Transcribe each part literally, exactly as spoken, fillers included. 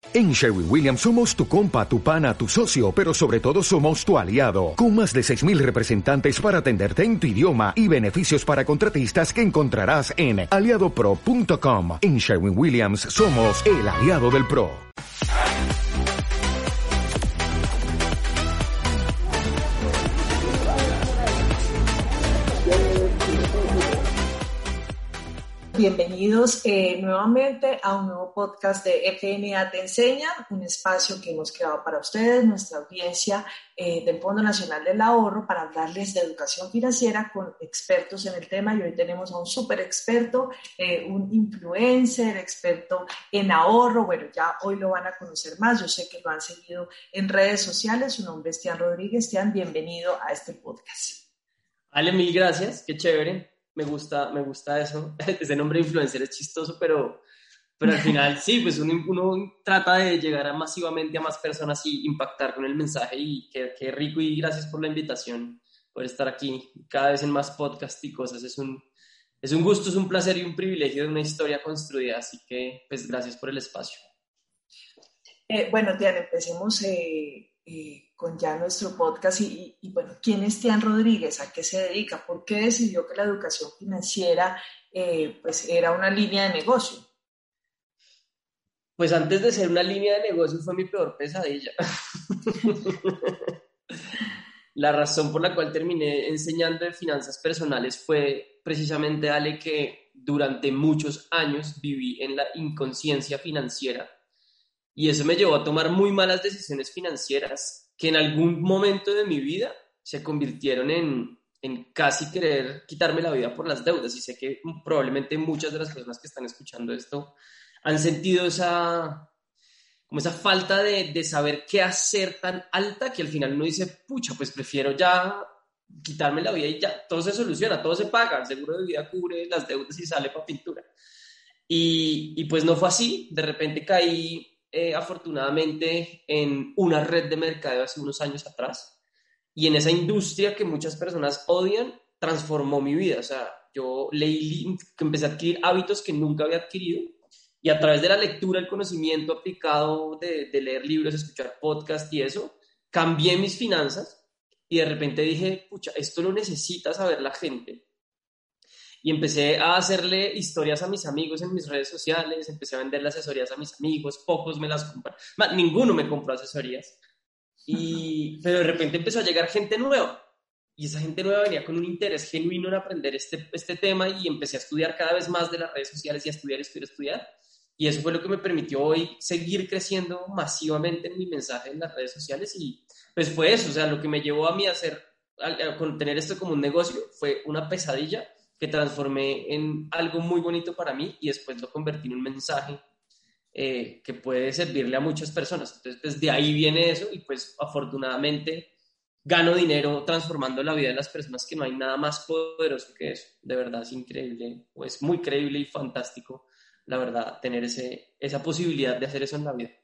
En Sherwin-Williams somos tu compa, tu pana, tu socio, pero sobre todo somos tu aliado, con más de seis mil representantes para atenderte en tu idioma y beneficios para contratistas que encontrarás en aliado pro punto com. En Sherwin-Williams somos el aliado del pro. Bienvenidos eh, nuevamente a un nuevo podcast de F N A Te Enseña, un espacio que hemos creado para ustedes, nuestra audiencia eh, del Fondo Nacional del Ahorro, para hablarles de educación financiera con expertos en el tema. Y hoy tenemos a un súper experto, eh, un influencer, experto en ahorro. Bueno, ya hoy lo van a conocer más. Yo sé que lo han seguido en redes sociales. Su nombre es Tian Rodríguez. Tian, bienvenido a este podcast. Ale, mil gracias. Qué chévere. Me gusta, me gusta eso. Ese nombre de influencer es chistoso, pero, pero al final sí, pues uno, uno trata de llegar a masivamente a más personas y impactar con el mensaje. Y qué, qué rico, y gracias por la invitación, por estar aquí cada vez en más podcast y cosas. Es un, es un gusto, es un placer y un privilegio de una historia construida. Así que, pues, gracias por el espacio. Eh, bueno, Tian, empecemos eh, eh, con ya nuestro podcast y, y, y bueno, ¿quién es Tian Rodríguez? ¿A qué se dedica? ¿Por qué decidió que la educación financiera eh, pues era una línea de negocio? Pues antes de ser una línea de negocio fue mi peor pesadilla. La razón por la cual terminé enseñando de finanzas personales fue precisamente, Ale, que durante muchos años viví en la inconsciencia financiera. Y eso me llevó a tomar muy malas decisiones financieras que en algún momento de mi vida se convirtieron en, en casi querer quitarme la vida por las deudas. Y sé que probablemente muchas de las personas que están escuchando esto han sentido esa, como esa falta de, de saber qué hacer tan alta, que al final uno dice, pucha, pues prefiero ya quitarme la vida y ya, todo se soluciona, todo se paga, el seguro de vida cubre las deudas y sale para pintura. Y, y pues no fue así. De repente caí Eh, afortunadamente en una red de mercadeo hace unos años atrás, y en esa industria que muchas personas odian transformó mi vida. O sea, yo leí, empecé a adquirir hábitos que nunca había adquirido, y a través de la lectura, el conocimiento aplicado de, de leer libros, escuchar podcasts y eso, cambié mis finanzas. Y de repente dije, pucha, esto lo necesita saber la gente. Y empecé a hacerle historias a mis amigos en mis redes sociales, empecé a venderle asesorías a mis amigos, pocos me las compraron, ninguno me compró asesorías, y, pero de repente empezó a llegar gente nueva, y esa gente nueva venía con un interés genuino en aprender este, este tema, y empecé a estudiar cada vez más de las redes sociales, y a estudiar, estudiar, estudiar, y eso fue lo que me permitió hoy seguir creciendo masivamente en mi mensaje en las redes sociales. Y pues fue eso, o sea, lo que me llevó a mí a hacer, a, a, a tener esto como un negocio, fue una pesadilla que transformé en algo muy bonito para mí, y después lo convertí en un mensaje eh, que puede servirle a muchas personas. Entonces, pues de ahí viene eso, y pues afortunadamente gano dinero transformando la vida de las personas, que no hay nada más poderoso que eso. De verdad es increíble, o es muy creíble y fantástico, la verdad, tener ese, esa posibilidad de hacer eso en la vida.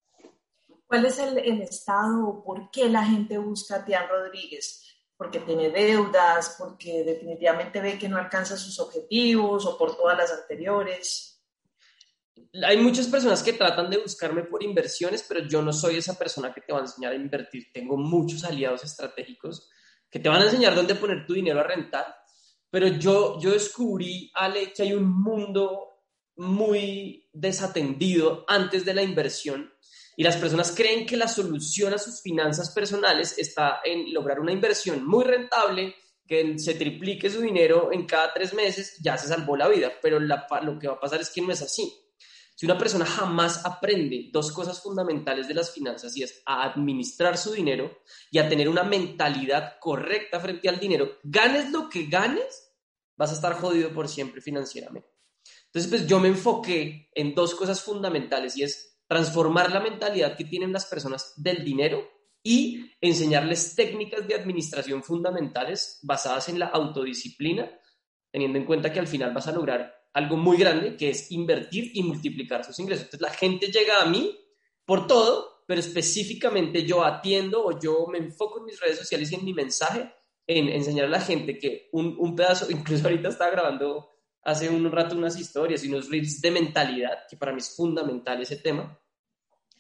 ¿Cuál es el, el estado o por qué la gente busca a Tian Rodríguez? ¿Porque tiene deudas, porque definitivamente ve que no alcanza sus objetivos, o por todas las anteriores? Hay muchas personas que tratan de buscarme por inversiones, pero yo no soy esa persona que te va a enseñar a invertir. Tengo muchos aliados estratégicos que te van a enseñar dónde poner tu dinero a rentar, pero yo, yo descubrí, Ale, que hay un mundo muy desatendido antes de la inversión. Y las personas creen que la solución a sus finanzas personales está en lograr una inversión muy rentable, que se triplique su dinero en cada tres meses, ya se salvó la vida. Pero la, lo que va a pasar es que no es así. Si una persona jamás aprende dos cosas fundamentales de las finanzas, y es a administrar su dinero y a tener una mentalidad correcta frente al dinero, ganes lo que ganes, vas a estar jodido por siempre financieramente. Entonces, pues yo me enfoqué en dos cosas fundamentales, y es transformar la mentalidad que tienen las personas del dinero y enseñarles técnicas de administración fundamentales basadas en la autodisciplina, teniendo en cuenta que al final vas a lograr algo muy grande, que es invertir y multiplicar sus ingresos. Entonces la gente llega a mí por todo, pero específicamente yo atiendo, o yo me enfoco en mis redes sociales y en mi mensaje en enseñar a la gente que un, un pedazo, incluso ahorita estaba grabando hace un rato unas historias y unos reels de mentalidad, que para mí es fundamental ese tema,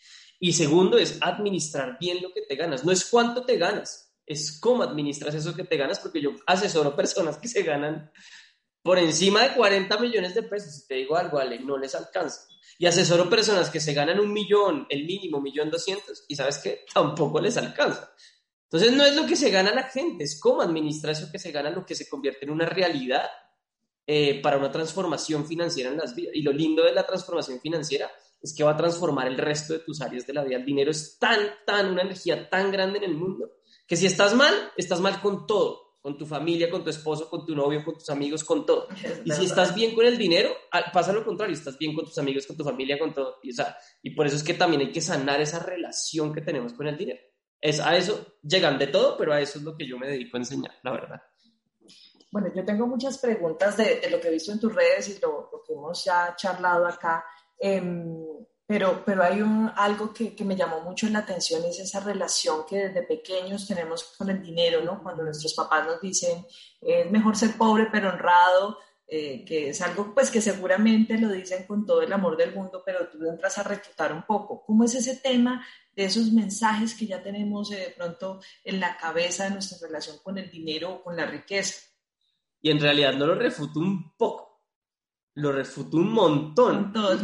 Y segundo es administrar bien lo que te ganas. No es cuánto te ganas, es cómo administras eso que te ganas, porque yo asesoro personas que se ganan por encima de cuarenta millones de pesos. Si te digo algo, Ale, no les alcanza. Y asesoro personas que se ganan un millón, el mínimo, millón doscientos, y ¿sabes qué? Tampoco les alcanza. Entonces no es lo que se gana la gente, es cómo administra eso que se gana, lo que se convierte en una realidad eh, para una transformación financiera en las vidas. Y lo lindo de la transformación financiera es que va a transformar el resto de tus áreas de la vida. El dinero es tan, tan, una energía tan grande en el mundo, que si estás mal, estás mal con todo, con tu familia, con tu esposo, con tu novio, con tus amigos, con todo. Y si estás bien con el dinero, pasa lo contrario, estás bien con tus amigos, con tu familia, con todo. Y, o sea, y por eso es que también hay que sanar esa relación que tenemos con el dinero. Es a eso, llegan de todo, pero a eso es lo que yo me dedico a enseñar, la verdad. Bueno, yo tengo muchas preguntas de, de lo que he visto en tus redes y lo, lo que hemos ya charlado acá. Eh, pero, pero hay un, algo que, que me llamó mucho la atención, es esa relación que desde pequeños tenemos con el dinero, ¿no? Cuando nuestros papás nos dicen, es mejor ser pobre pero honrado, eh, que es algo pues que seguramente lo dicen con todo el amor del mundo, pero tú entras a refutar un poco. ¿Cómo es ese tema de esos mensajes que ya tenemos eh, de pronto en la cabeza de nuestra relación con el dinero o con la riqueza? Y en realidad no lo refuto un poco, lo refuto un montón. Un montón.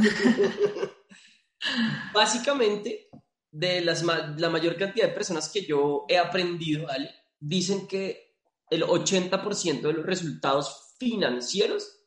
Básicamente, de las, la mayor cantidad de personas que yo he aprendido, ¿vale? Dicen que el ochenta por ciento de los resultados financieros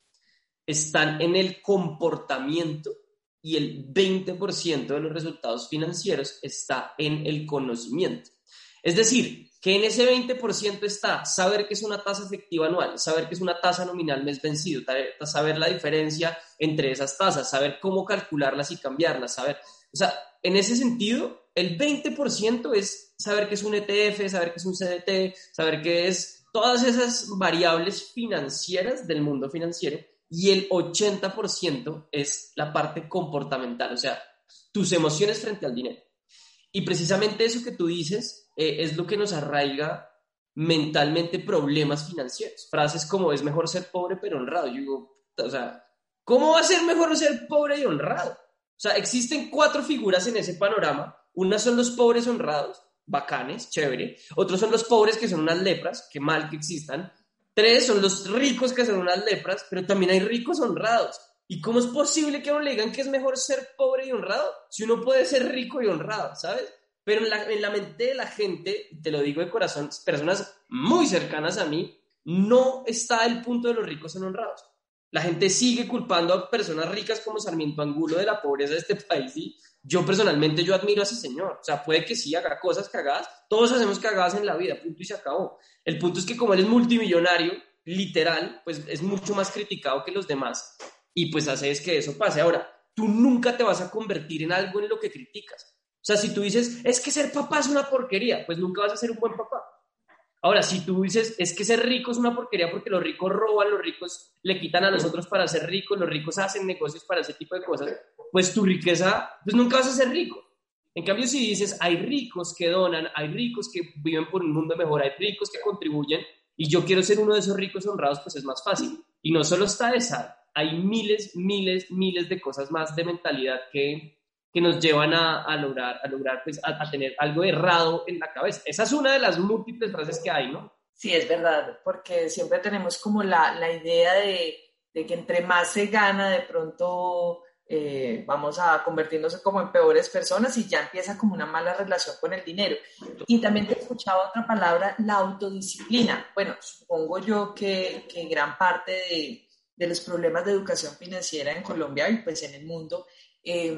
están en el comportamiento y el veinte por ciento de los resultados financieros está en el conocimiento. Es decir, que en ese veinte por ciento está saber qué es una tasa efectiva anual, saber qué es una tasa nominal mes vencido, saber la diferencia entre esas tasas, saber cómo calcularlas y cambiarlas, saber, o sea, en ese sentido, el veinte por ciento es saber qué es un E T F, saber qué es un C D T, saber qué es todas esas variables financieras del mundo financiero, y el ochenta por ciento es la parte comportamental, o sea, tus emociones frente al dinero. Y precisamente eso que tú dices eh, es lo que nos arraiga mentalmente problemas financieros. Frases como es mejor ser pobre pero honrado. Yo digo, o sea, ¿cómo va a ser mejor ser pobre y honrado? O sea, existen cuatro figuras en ese panorama. Una son los pobres honrados, bacanes, chévere. Otros son los pobres que son unas lepras, qué mal que existan. Tres son los ricos que son unas lepras, pero también hay ricos honrados. ¿Y cómo es posible que a uno le digan que es mejor ser pobre y honrado si uno puede ser rico y honrado, ¿sabes? Pero en la, en la mente de la gente, te lo digo de corazón, personas muy cercanas a mí, no está el punto de los ricos en honrados. La gente sigue culpando a personas ricas como Sarmiento Angulo de la pobreza de este país, y yo personalmente yo admiro a ese señor. O sea, puede que sí haga cosas cagadas, todos hacemos cagadas en la vida, punto y se acabó. El punto es que como él es multimillonario, literal, pues es mucho más criticado que los demás. Y pues hace es que eso pase. Ahora, tú nunca te vas a convertir en algo en lo que criticas. O sea, si tú dices, es que ser papá es una porquería, pues nunca vas a ser un buen papá. Ahora, si tú dices, es que ser rico es una porquería porque los ricos roban, los ricos le quitan a los otros para ser ricos, los ricos hacen negocios para ese tipo de cosas, pues tu riqueza, pues nunca vas a ser rico. En cambio, si dices, hay ricos que donan, hay ricos que viven por un mundo mejor, hay ricos que contribuyen, y yo quiero ser uno de esos ricos honrados, pues es más fácil. Y no solo está esa, hay miles, miles, miles de cosas más de mentalidad que, que nos llevan a, a lograr, a, lograr pues, a, a tener algo errado en la cabeza. Esa es una de las múltiples frases que hay, ¿no? Sí, es verdad, porque siempre tenemos como la, la idea de, de que entre más se gana, de pronto eh, vamos a convertirnos como en peores personas y ya empieza como una mala relación con el dinero. Y también te escuchaba otra palabra, la autodisciplina. Bueno, supongo yo que, que gran parte de, de los problemas de educación financiera en Colombia y pues en el mundo eh,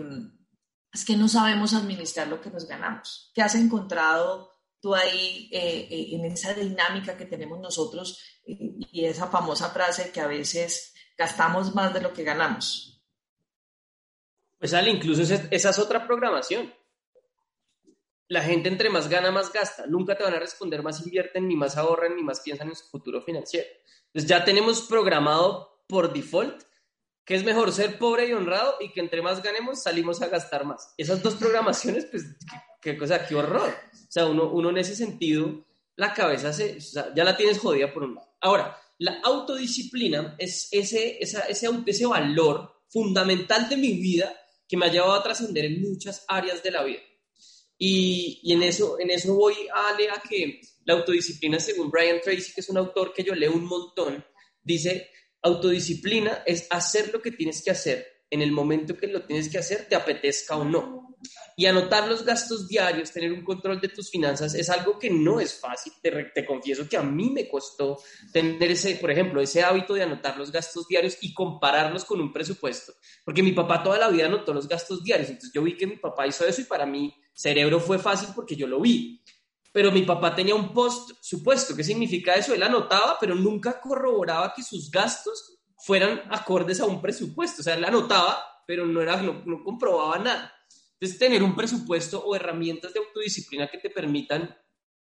es que no sabemos administrar lo que nos ganamos. ¿Qué has encontrado tú ahí eh, eh, en esa dinámica que tenemos nosotros eh, y esa famosa frase que a veces gastamos más de lo que ganamos? Pues Ale, incluso esa, esa es otra programación. La gente entre más gana, más gasta. Nunca te van a responder más invierten, ni más ahorran, ni más piensan en su futuro financiero. Entonces ya tenemos programado por default que es mejor ser pobre y honrado y que entre más ganemos salimos a gastar más. Esas dos programaciones, pues, qué, qué cosa, qué horror. O sea, uno, uno en ese sentido, la cabeza se, o sea, ya la tienes jodida por un lado. Ahora, la autodisciplina es ese, esa, ese, ese valor fundamental de mi vida que me ha llevado a trascender en muchas áreas de la vida. Y, y en, eso, en eso voy, Ale, a que la autodisciplina, según Brian Tracy, que es un autor que yo leo un montón, dice, autodisciplina es hacer lo que tienes que hacer en el momento que lo tienes que hacer, te apetezca o no. Y anotar los gastos diarios, tener un control de tus finanzas, es algo que no es fácil. Te, te confieso que a mí me costó tener ese, por ejemplo, ese hábito de anotar los gastos diarios y compararlos con un presupuesto. Porque mi papá toda la vida anotó los gastos diarios. Entonces yo vi que mi papá hizo eso y para mi cerebro fue fácil porque yo lo vi. Pero mi papá tenía un post supuesto. ¿Qué significa eso? Él anotaba, pero nunca corroboraba que sus gastos fueran acordes a un presupuesto. O sea, él anotaba, pero no, era, no, no comprobaba nada. Entonces, tener un presupuesto o herramientas de autodisciplina que te permitan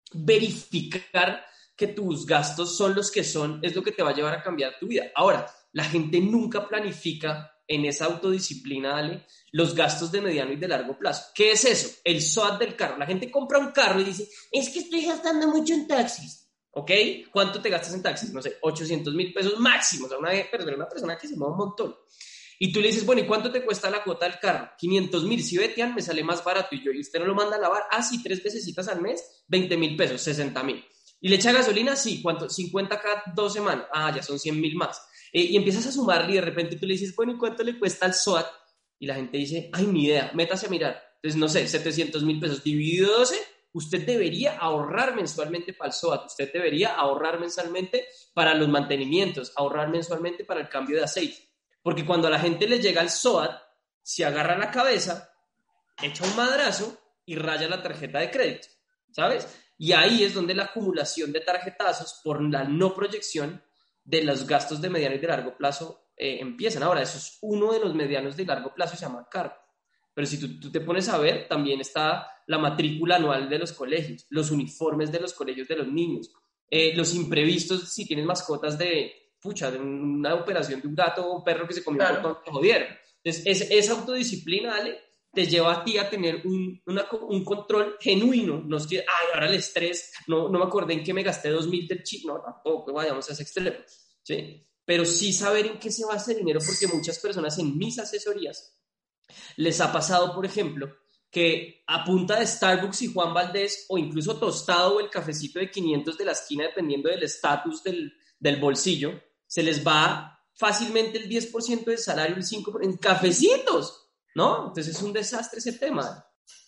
verificar que tus gastos son los que son, es lo que te va a llevar a cambiar tu vida. Ahora, la gente nunca planifica en esa autodisciplina, Ale, los gastos de mediano y de largo plazo. ¿Qué es eso? El S O A T del carro. La gente compra un carro y dice, es que estoy gastando mucho en taxis. ¿Ok? ¿Cuánto te gastas en taxis? No sé, ochocientos mil pesos máximo. O sea, una, una persona que se mueve un montón. Y tú le dices, bueno, ¿y cuánto te cuesta la cuota del carro? quinientos mil. Si Betian me sale más barato y yo, y usted no lo manda a lavar, ah, sí, tres vecesitas al mes, veinte mil pesos, sesenta mil. ¿Y le echa gasolina? Sí, ¿cuánto? cincuenta cada dos semanas. Ah, ya son cien mil más. Eh, y empiezas a sumarle y de repente tú le dices, bueno, ¿y cuánto le cuesta el S O A T? Y la gente dice, ay, ni idea, métase a mirar. Entonces, no sé, setecientos mil pesos dividido doce, usted debería ahorrar mensualmente para el S O A T, usted debería ahorrar mensualmente para los mantenimientos, ahorrar mensualmente para el cambio de aceite. Porque cuando a la gente le llega el S O A T, se agarra la cabeza, echa un madrazo y raya la tarjeta de crédito, ¿sabes? Y ahí es donde la acumulación de tarjetazos por la no proyección de los gastos de mediano y de largo plazo eh, empiezan. Ahora, eso es uno de los medianos de largo plazo, se llama cargo. Pero si tú, tú te pones a ver, también está la matrícula anual de los colegios, los uniformes de los colegios de los niños, eh, los imprevistos si tienes mascotas de... pucha, de una operación de un gato o un perro que se comió claro. un montón, te jodieron. Entonces, es, esa autodisciplina, Ale, te lleva a ti a tener un, una, un control genuino. No es que, ay, ahora el estrés, no, no me acordé en qué me gasté dos mil del chip, no, tampoco vayamos a ese extremo, ¿sí? Pero sí saber en qué se va ese dinero, porque muchas personas en mis asesorías les ha pasado, por ejemplo, que a punta de Starbucks y Juan Valdés, o incluso tostado o el cafecito de quinientos de la esquina, dependiendo del estatus del, del bolsillo, se les va fácilmente el diez por ciento del salario, el cinco por ciento en cafecitos, ¿no? Entonces es un desastre ese tema.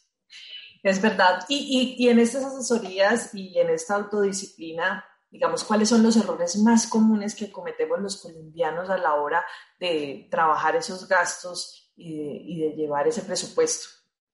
Es verdad. Y, y, y en estas asesorías y en esta autodisciplina, digamos, ¿cuáles son los errores más comunes que cometemos los colombianos a la hora de trabajar esos gastos y de, y de llevar ese presupuesto?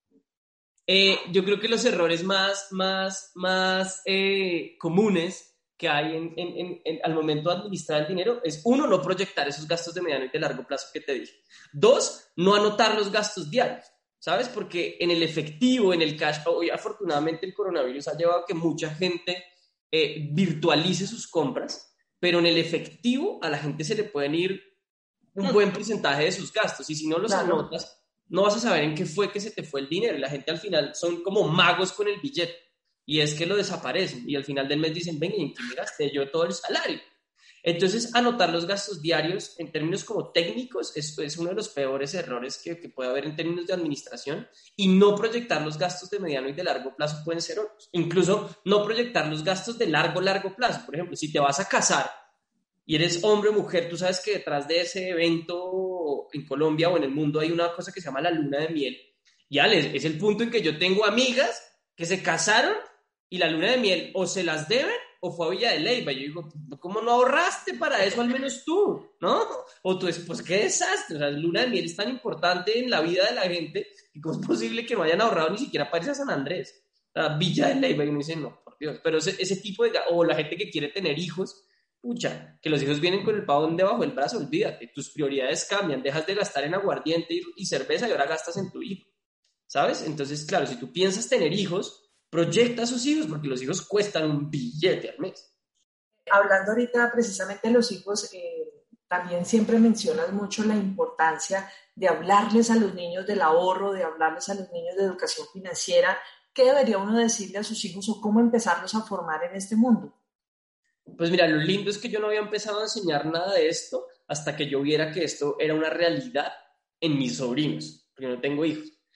Eh, yo creo que los errores más, más, más eh, comunes que hay en, en, en, en, al momento de administrar el dinero es, uno, no proyectar esos gastos de mediano y de largo plazo que te dije. Dos, no anotar los gastos diarios, ¿sabes? Porque en el efectivo, en el cash, hoy afortunadamente el coronavirus ha llevado a que mucha gente eh, virtualice sus compras, pero en el efectivo a la gente se le pueden ir un buen porcentaje de sus gastos y si no los claro. anotas, no vas a saber en qué fue que se te fue el dinero y la gente al final son como magos con el billete. Y es que lo desaparecen y al final del mes dicen, venga, ¿en qué me gasté yo todo el salario? Entonces, anotar los gastos diarios en términos como técnicos es, es uno de los peores errores que, que puede haber en términos de administración y no proyectar los gastos de mediano y de largo plazo pueden ser otros. Incluso no proyectar los gastos de largo, largo plazo. Por ejemplo, si te vas a casar y eres hombre o mujer, tú sabes que detrás de ese evento en Colombia o en el mundo hay una cosa que se llama la luna de miel. Y Ale, es el punto en que yo tengo amigas que se casaron y la luna de miel o se las deben o fue a Villa de Leyva. Yo digo, ¿cómo no ahorraste para eso al menos tú? ¿No? O tú, pues qué desastre. O sea, la luna de miel es tan importante en la vida de la gente y cómo es posible que no hayan ahorrado ni siquiera para irse a San Andrés. O sea, Villa de Leyva. Y uno dice, no, por Dios. Pero ese, ese tipo de... O la gente que quiere tener hijos, pucha, que los hijos vienen con el pavón debajo del brazo, olvídate. Tus prioridades cambian. Dejas de gastar en aguardiente y, y cerveza y ahora gastas en tu hijo. ¿Sabes? Entonces, claro, si tú piensas tener hijos, proyecta a sus hijos porque los hijos cuestan un billete al mes. Hablando ahorita precisamente de los hijos, eh, también siempre mencionas mucho la importancia de hablarles a los niños del ahorro, de hablarles a los niños de educación financiera. ¿Qué debería uno decirle a sus hijos o cómo empezarlos a formar en este mundo? Pues mira, lo lindo es que yo no había empezado a enseñar nada de esto hasta que yo viera que esto era una realidad en mis sobrinos, porque no tengo hijos.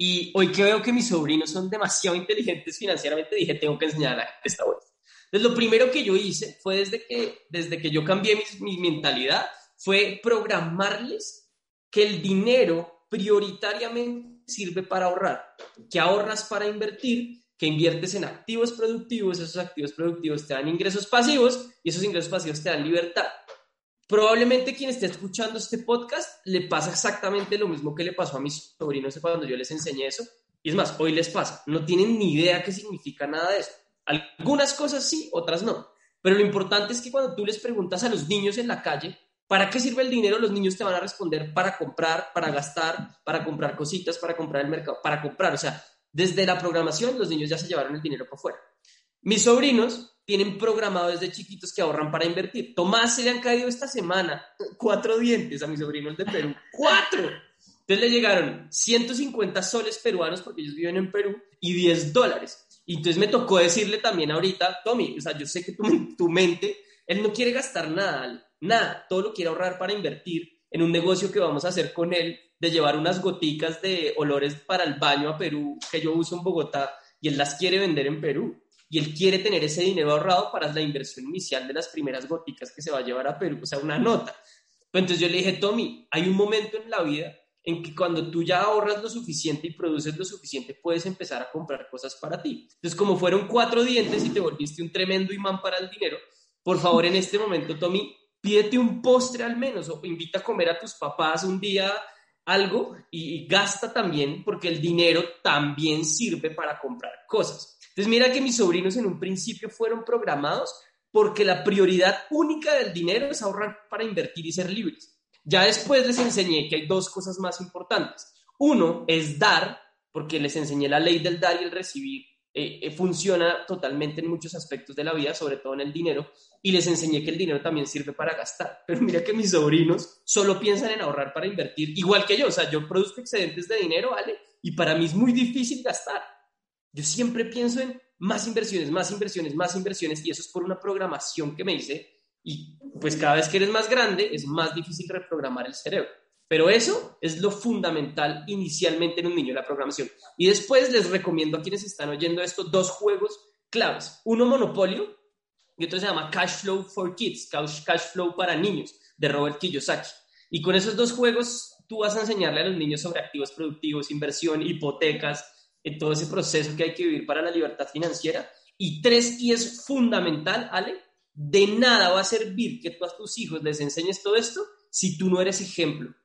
Y hoy que veo que mis sobrinos son demasiado inteligentes financieramente, dije, tengo que enseñar a la gente esta vuelta. Entonces, lo primero que yo hice fue desde que, desde que yo cambié mi, mi mentalidad, fue programarles que el dinero prioritariamente sirve para ahorrar, que ahorras para invertir, que inviertes en activos productivos, esos activos productivos te dan ingresos pasivos y esos ingresos pasivos te dan libertad. Probablemente quien esté escuchando este podcast le pasa exactamente lo mismo que le pasó a mis sobrinos cuando yo les enseñé eso. Y es más, hoy les pasa. No tienen ni idea qué significa nada de eso. Algunas cosas sí, otras no. Pero lo importante es que cuando tú les preguntas a los niños en la calle, ¿para qué sirve el dinero? Los niños te van a responder para comprar, para gastar, para comprar cositas, para comprar el mercado, para comprar. O sea, desde la programación los niños ya se llevaron el dinero por fuera. Mis sobrinos tienen programado desde chiquitos que ahorran para invertir. Tomás se le han caído esta semana cuatro dientes a mis sobrinos de Perú. ¡Cuatro! Entonces le llegaron ciento cincuenta soles peruanos porque ellos viven en Perú y diez dólares. Y entonces me tocó decirle también ahorita, Tommy, o sea, yo sé que tu, tu mente, él no quiere gastar nada, nada, todo lo quiere ahorrar para invertir en un negocio que vamos a hacer con él, de llevar unas goticas de olores para el baño a Perú, que yo uso en Bogotá, y él las quiere vender en Perú. Y él quiere tener ese dinero ahorrado para la inversión inicial de las primeras goticas que se va a llevar a Perú, o sea, una nota. Entonces yo le dije, Tommy, hay un momento en la vida en que cuando tú ya ahorras lo suficiente y produces lo suficiente, puedes empezar a comprar cosas para ti. Entonces, como fueron cuatro dientes y te volviste un tremendo imán para el dinero, por favor, en este momento, Tommy, pídete un postre al menos o invita a comer a tus papás un día algo y, y gasta también, porque el dinero también sirve para comprar cosas. Entonces, mira que mis sobrinos en un principio fueron programados porque la prioridad única del dinero es ahorrar para invertir y ser libres. Ya después les enseñé que hay dos cosas más importantes. Uno es dar, porque les enseñé la ley del dar y el recibir. Eh, eh, funciona totalmente en muchos aspectos de la vida, sobre todo en el dinero, y les enseñé que el dinero también sirve para gastar. Pero mira que mis sobrinos solo piensan en ahorrar para invertir, igual que yo. O sea, yo produzco excedentes de dinero, ¿vale? Y para mí es muy difícil gastar. Yo siempre pienso en más inversiones, más inversiones, más inversiones, y eso es por una programación que me hice, y pues cada vez que eres más grande es más difícil reprogramar el cerebro. Pero eso es lo fundamental inicialmente en un niño, la programación. Y después les recomiendo a quienes están oyendo esto dos juegos claves. Uno, Monopolio, y otro se llama Cash Flow for Kids, Cash, Cash Flow para niños, de Robert Kiyosaki. Y con esos dos juegos tú vas a enseñarle a los niños sobre activos productivos, inversión, hipotecas, en todo ese proceso que hay que vivir para la libertad financiera. Y tres, y es fundamental, Ale, de nada va a servir que tú a tus hijos les enseñes todo esto si tú no eres ejemplo.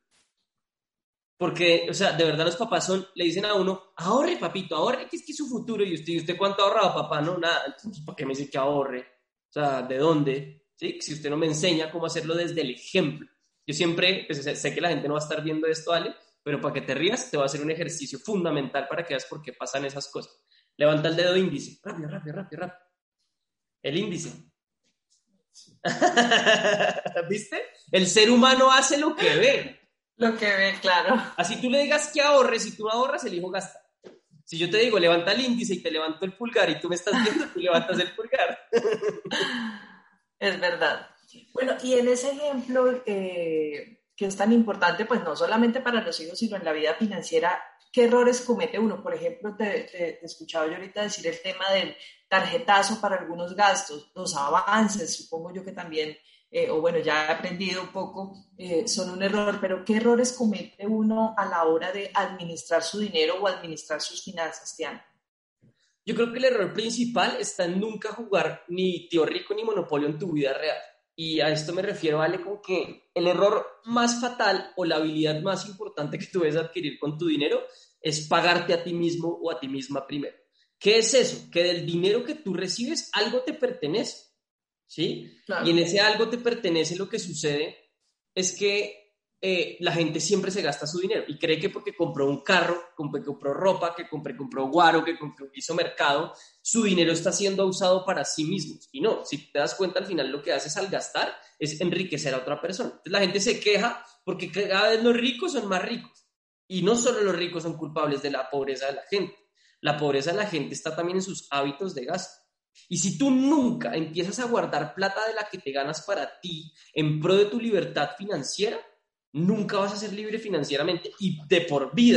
Porque, o sea, de verdad los papás son, le dicen a uno, ahorre, papito, ahorre, que es que es su futuro. Y usted, ¿y usted cuánto ha ahorrado, papá? No, nada. Entonces, ¿para qué me dice que ahorre? O sea, ¿de dónde? ¿Sí? Si usted no me enseña cómo hacerlo desde el ejemplo. Yo siempre, pues, sé que la gente no va a estar viendo esto, Ale, pero para que te rías, te va a hacer un ejercicio fundamental para que veas por qué pasan esas cosas. Levanta el dedo índice. Rápido, rápido, rápido, rápido. El índice. ¿Viste? El ser humano hace lo que ve. Lo que ve, claro. Así tú le digas que ahorres, si tú no ahorras, el hijo gasta. Si yo te digo, levanta el índice y te levanto el pulgar y tú me estás viendo, tú levantas el pulgar. Es verdad. Bueno, y en ese ejemplo eh, que es tan importante, pues no solamente para los hijos, sino en la vida financiera, ¿qué errores comete uno? Por ejemplo, te, te, te he escuchado yo ahorita decir el tema del tarjetazo para algunos gastos, los avances, supongo yo que también, eh, o bueno, ya he aprendido un poco, eh, son un error, pero ¿qué errores comete uno a la hora de administrar su dinero o administrar sus finanzas, Tiana? Yo creo que el error principal está en nunca jugar ni Tío Rico ni Monopolio en tu vida real. Y a esto me refiero, Ale, con que el error más fatal o la habilidad más importante que tú debes adquirir con tu dinero es pagarte a ti mismo o a ti misma primero. ¿Qué es eso? Que del dinero que tú recibes, algo te pertenece, ¿sí? Claro. Y en ese algo te pertenece, lo que sucede es que eh, la gente siempre se gasta su dinero y cree que porque compró un carro, que compró ropa, que compró, compró guaro, que compró, hizo mercado, su dinero está siendo usado para sí mismos. Y no, si te das cuenta, al final lo que haces al gastar es enriquecer a otra persona. Entonces la gente se queja porque cada vez los ricos son más ricos. Y no solo los ricos son culpables de la pobreza de la gente. La pobreza de la gente está también en sus hábitos de gasto. Y si tú nunca empiezas a guardar plata de la que te ganas para ti en pro de tu libertad financiera, nunca vas a ser libre financieramente y de por vida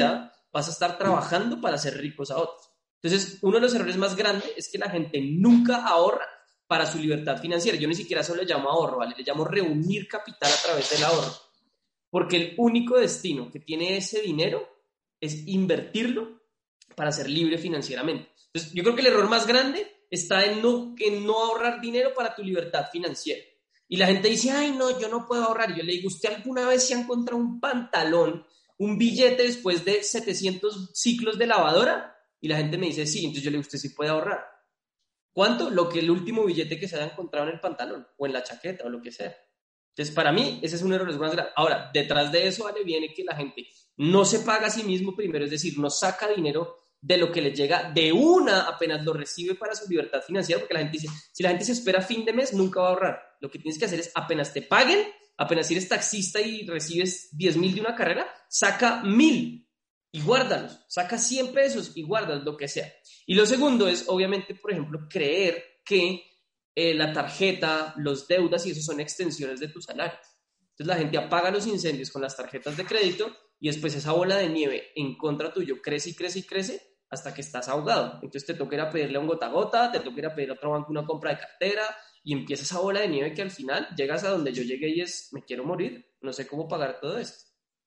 vas a estar trabajando para hacer ricos a otros. Entonces, uno de los errores más grandes es que la gente nunca ahorra para su libertad financiera. Yo ni siquiera eso le llamo ahorro, ¿vale? Le llamo reunir capital a través del ahorro. Porque el único destino que tiene ese dinero es invertirlo para ser libre financieramente. Entonces, yo creo que el error más grande está en no, en no ahorrar dinero para tu libertad financiera. Y la gente dice, ay, no, yo no puedo ahorrar. Y yo le digo, ¿usted alguna vez se ha encontrado un pantalón, un billete después de setecientos ciclos de lavadora? Y la gente me dice, sí. Entonces yo le digo, ¿usted sí puede ahorrar? ¿Cuánto? Lo que el último billete que se haya encontrado en el pantalón o en la chaqueta o lo que sea. Entonces, para mí, ese es un error más grande. Ahora, detrás de eso, vale, viene que la gente no se paga a sí mismo primero, es decir, no saca dinero de lo que le llega de una apenas lo recibe para su libertad financiera, porque la gente dice, si la gente se espera a fin de mes, nunca va a ahorrar. Lo que tienes que hacer es, apenas te paguen, apenas eres taxista y recibes diez mil de una carrera, saca mil y guárdalos, saca cien pesos y guárdalos, lo que sea. Y lo segundo es, obviamente, por ejemplo, creer que eh, la tarjeta, los deudas y eso son extensiones de tu salario. Entonces la gente apaga los incendios con las tarjetas de crédito y después esa bola de nieve en contra tuyo crece y crece y crece hasta que estás ahogado. Entonces te toca ir a pedirle a un gota a gota, te toca ir a pedir a otro banco una compra de cartera y empieza esa bola de nieve que al final llegas a donde yo llegué y es, me quiero morir, no sé cómo pagar todo esto.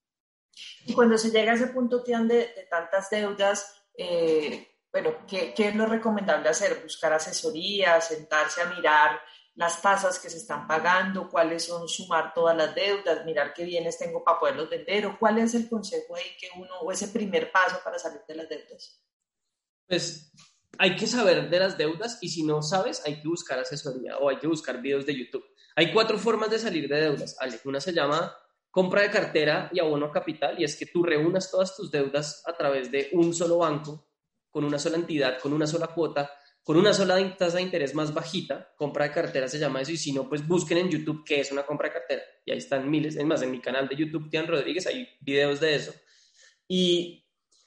Y cuando se llega a ese punto, Tian, de, de tantas deudas, eh, bueno, ¿qué, ¿qué es lo recomendable hacer? Buscar asesoría, sentarse a mirar las tasas que se están pagando, cuáles son, sumar todas las deudas, mirar qué bienes tengo para poderlos vender, o cuál es el consejo ahí que uno, o ese primer paso para salir de las deudas. Pues hay que saber de las deudas y si no sabes, hay que buscar asesoría o hay que buscar videos de YouTube. Hay cuatro formas de salir de deudas, Ale. Una se llama compra de cartera y abono a capital y es que tú reúnas todas tus deudas a través de un solo banco, con una sola entidad, con una sola cuota, con una sola tasa de interés más bajita. Compra de cartera se llama eso y si no, pues busquen en YouTube qué es una compra de cartera y ahí están miles. Es más, en mi canal de YouTube, Tian Rodríguez, hay videos de eso. Y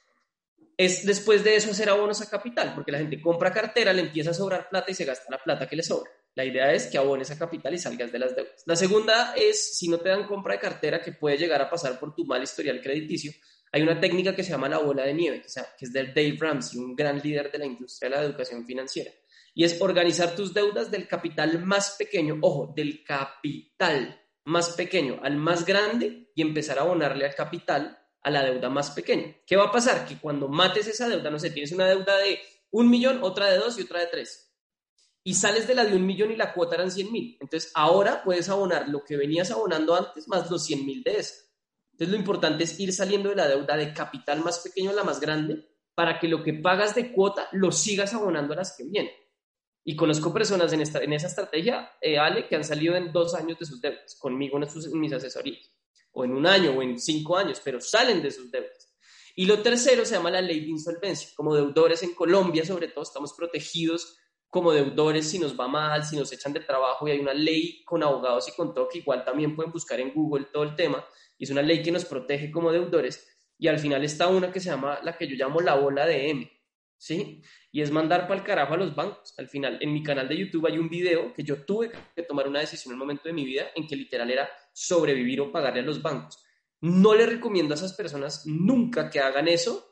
es después de eso hacer abonos a capital, porque la gente compra cartera, le empieza a sobrar plata y se gasta la plata que le sobra. La idea es que abones a capital y salgas de las deudas. La segunda es, si no te dan compra de cartera, que puede llegar a pasar por tu mal historial crediticio, hay una técnica que se llama la bola de nieve, que es de Dave Ramsey, un gran líder de la industria de la educación financiera. Y es organizar tus deudas del capital más pequeño, ojo, del capital más pequeño al más grande y empezar a abonarle al capital a la deuda más pequeña. ¿Qué va a pasar? Que cuando mates esa deuda, no sé, tienes una deuda de un millón, otra de dos y otra de tres. Y sales de la de un millón y la cuota eran cien mil. Entonces ahora puedes abonar lo que venías abonando antes más los cien mil de esa. Entonces lo importante es ir saliendo de la deuda de capital más pequeño a la más grande para que lo que pagas de cuota lo sigas abonando a las que vienen. Y conozco personas en, esta, en esa estrategia, eh, Ale, que han salido en dos años de sus deudas, conmigo en, sus, en mis asesorías, o en un año, o en cinco años, pero salen de sus deudas. Y lo tercero se llama la ley de insolvencia. Como deudores en Colombia, sobre todo, estamos protegidos como deudores si nos va mal, si nos echan del trabajo, y hay una ley con abogados y con todo, que igual también pueden buscar en Google todo el tema, y es una ley que nos protege como deudores, y al final está una que se llama, la que yo llamo la bola de M, ¿sí? Y es mandar para el carajo a los bancos. Al final, en mi canal de YouTube hay un video que yo tuve que tomar una decisión en un momento de mi vida en que literal era sobrevivir o pagarle a los bancos. No le recomiendo a esas personas nunca que hagan eso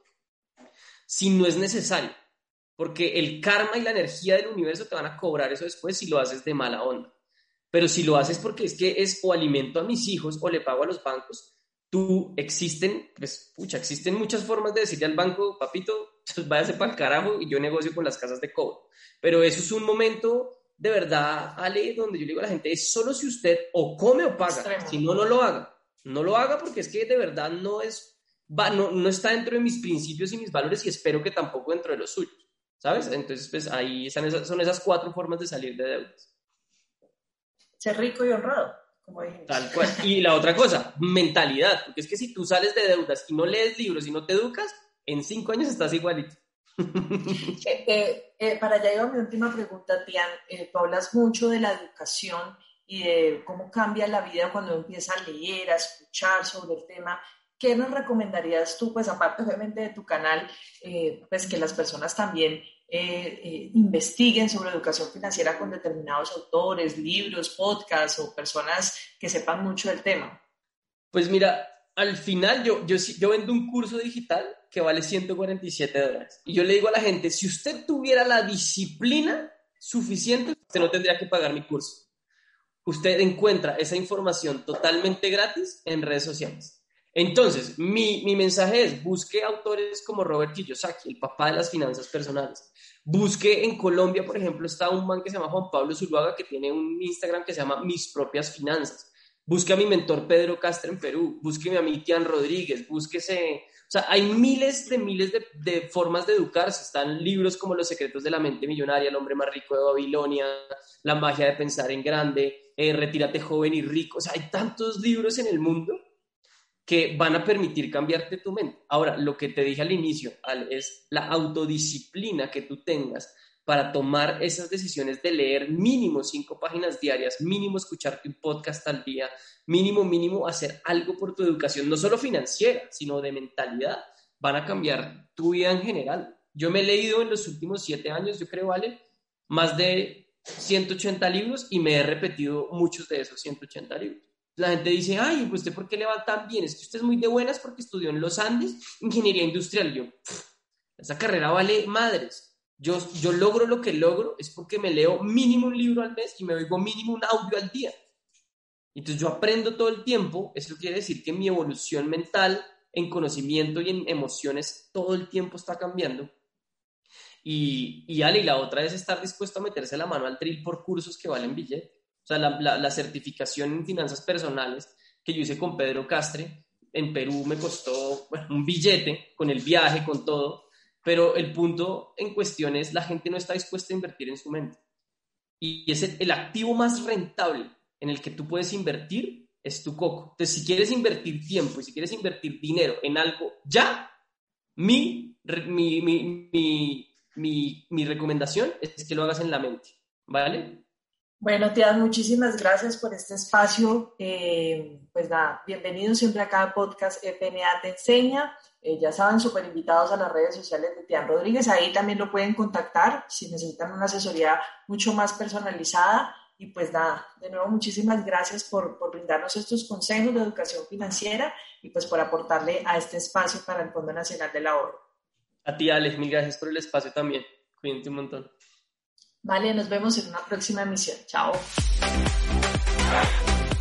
si no es necesario, porque el karma y la energía del universo te van a cobrar eso después si lo haces de mala onda. Pero si lo haces porque es que es o alimento a mis hijos o le pago a los bancos, tú existen, pues, pucha, existen muchas formas de decirle al banco, papito, pues váyase para el carajo y yo negocio con las casas de cobro. Pero eso es un momento de verdad, Ale, donde yo le digo a la gente, es solo si usted o come o paga, extremo. Si no, no lo haga. No lo haga porque es que de verdad no es, va, no, no está dentro de mis principios y mis valores y espero que tampoco dentro de los suyos, ¿sabes? Entonces, pues ahí están esas, son esas cuatro formas de salir de deudas. Ser rico y honrado, como dijimos. Tal cual. Y la otra cosa, mentalidad, porque es que si tú sales de deudas y no lees libros y no te educas, en cinco años estás igualito. eh, eh, eh, para allá iba mi última pregunta, Tian. Eh, tú hablas mucho de la educación y de cómo cambia la vida cuando uno empieza a leer, a escuchar sobre el tema. ¿Qué nos recomendarías tú, pues aparte obviamente de tu canal, eh, pues que las personas también eh, eh, investiguen sobre educación financiera con determinados autores, libros, podcasts o personas que sepan mucho del tema? Pues mira, al final yo, yo, yo vendo un curso digital que vale ciento cuarenta y siete dólares. Y yo le digo a la gente, si usted tuviera la disciplina suficiente, usted no tendría que pagar mi curso. Usted encuentra esa información totalmente gratis en redes sociales. Entonces, mi, mi mensaje es, busque autores como Robert Kiyosaki, el papá de las finanzas personales. Busque en Colombia, por ejemplo, está un man que se llama Juan Pablo Zuluaga, que tiene un Instagram que se llama Mis Propias Finanzas. Busque a mi mentor Pedro Castro en Perú, búsqueme a mi Tian Rodríguez, búsquese... O sea, hay miles de miles de, de formas de educarse. Están libros como Los secretos de la mente millonaria, El hombre más rico de Babilonia, La magia de pensar en grande, eh, Retírate joven y rico. O sea, hay tantos libros en el mundo que van a permitir cambiarte tu mente. Ahora, lo que te dije al inicio, Ale, es la autodisciplina que tú tengas para tomar esas decisiones de leer mínimo cinco páginas diarias, mínimo escucharte un podcast al día, mínimo, mínimo hacer algo por tu educación, no solo financiera, sino de mentalidad, van a cambiar tu vida en general. Yo me he leído en los últimos siete años, yo creo, ¿vale? Más de ciento ochenta libros y me he repetido muchos de esos ciento ochenta libros. La gente dice, ay, ¿usted por qué le va tan bien? Es que usted es muy de buenas porque estudió en los Andes ingeniería industrial. Yo, esa carrera vale madres. Yo, yo logro lo que logro es porque me leo mínimo un libro al mes y me oigo mínimo un audio al día. Entonces yo aprendo todo el tiempo. Eso quiere decir que mi evolución mental en conocimiento y en emociones todo el tiempo está cambiando. Y, y Ale, y la otra es estar dispuesto a meterse la mano al drill por cursos que valen billete. O sea, la, la, la certificación en finanzas personales que yo hice con Pedro Castre en Perú me costó, bueno, un billete con el viaje, con todo. Pero el punto en cuestión es la gente no está dispuesta a invertir en su mente. Y es el, el activo más rentable en el que tú puedes invertir es tu coco. Entonces, si quieres invertir tiempo y si quieres invertir dinero en algo ya, mi, mi, mi, mi, mi, mi recomendación es que lo hagas en la mente, ¿vale? Bueno, Tian, muchísimas gracias por este espacio. Eh, pues nada, bienvenidos siempre acá al podcast F N A Te Enseña. Eh, ya saben, súper invitados a las redes sociales de Tian Rodríguez. Ahí también lo pueden contactar si necesitan una asesoría mucho más personalizada. Y pues nada, de nuevo, muchísimas gracias por, por brindarnos estos consejos de educación financiera y pues por aportarle a este espacio para el Fondo Nacional del Ahorro. A ti, Alex, mil gracias por el espacio también. Cuídate un montón. Vale, nos vemos en una próxima emisión. Chao.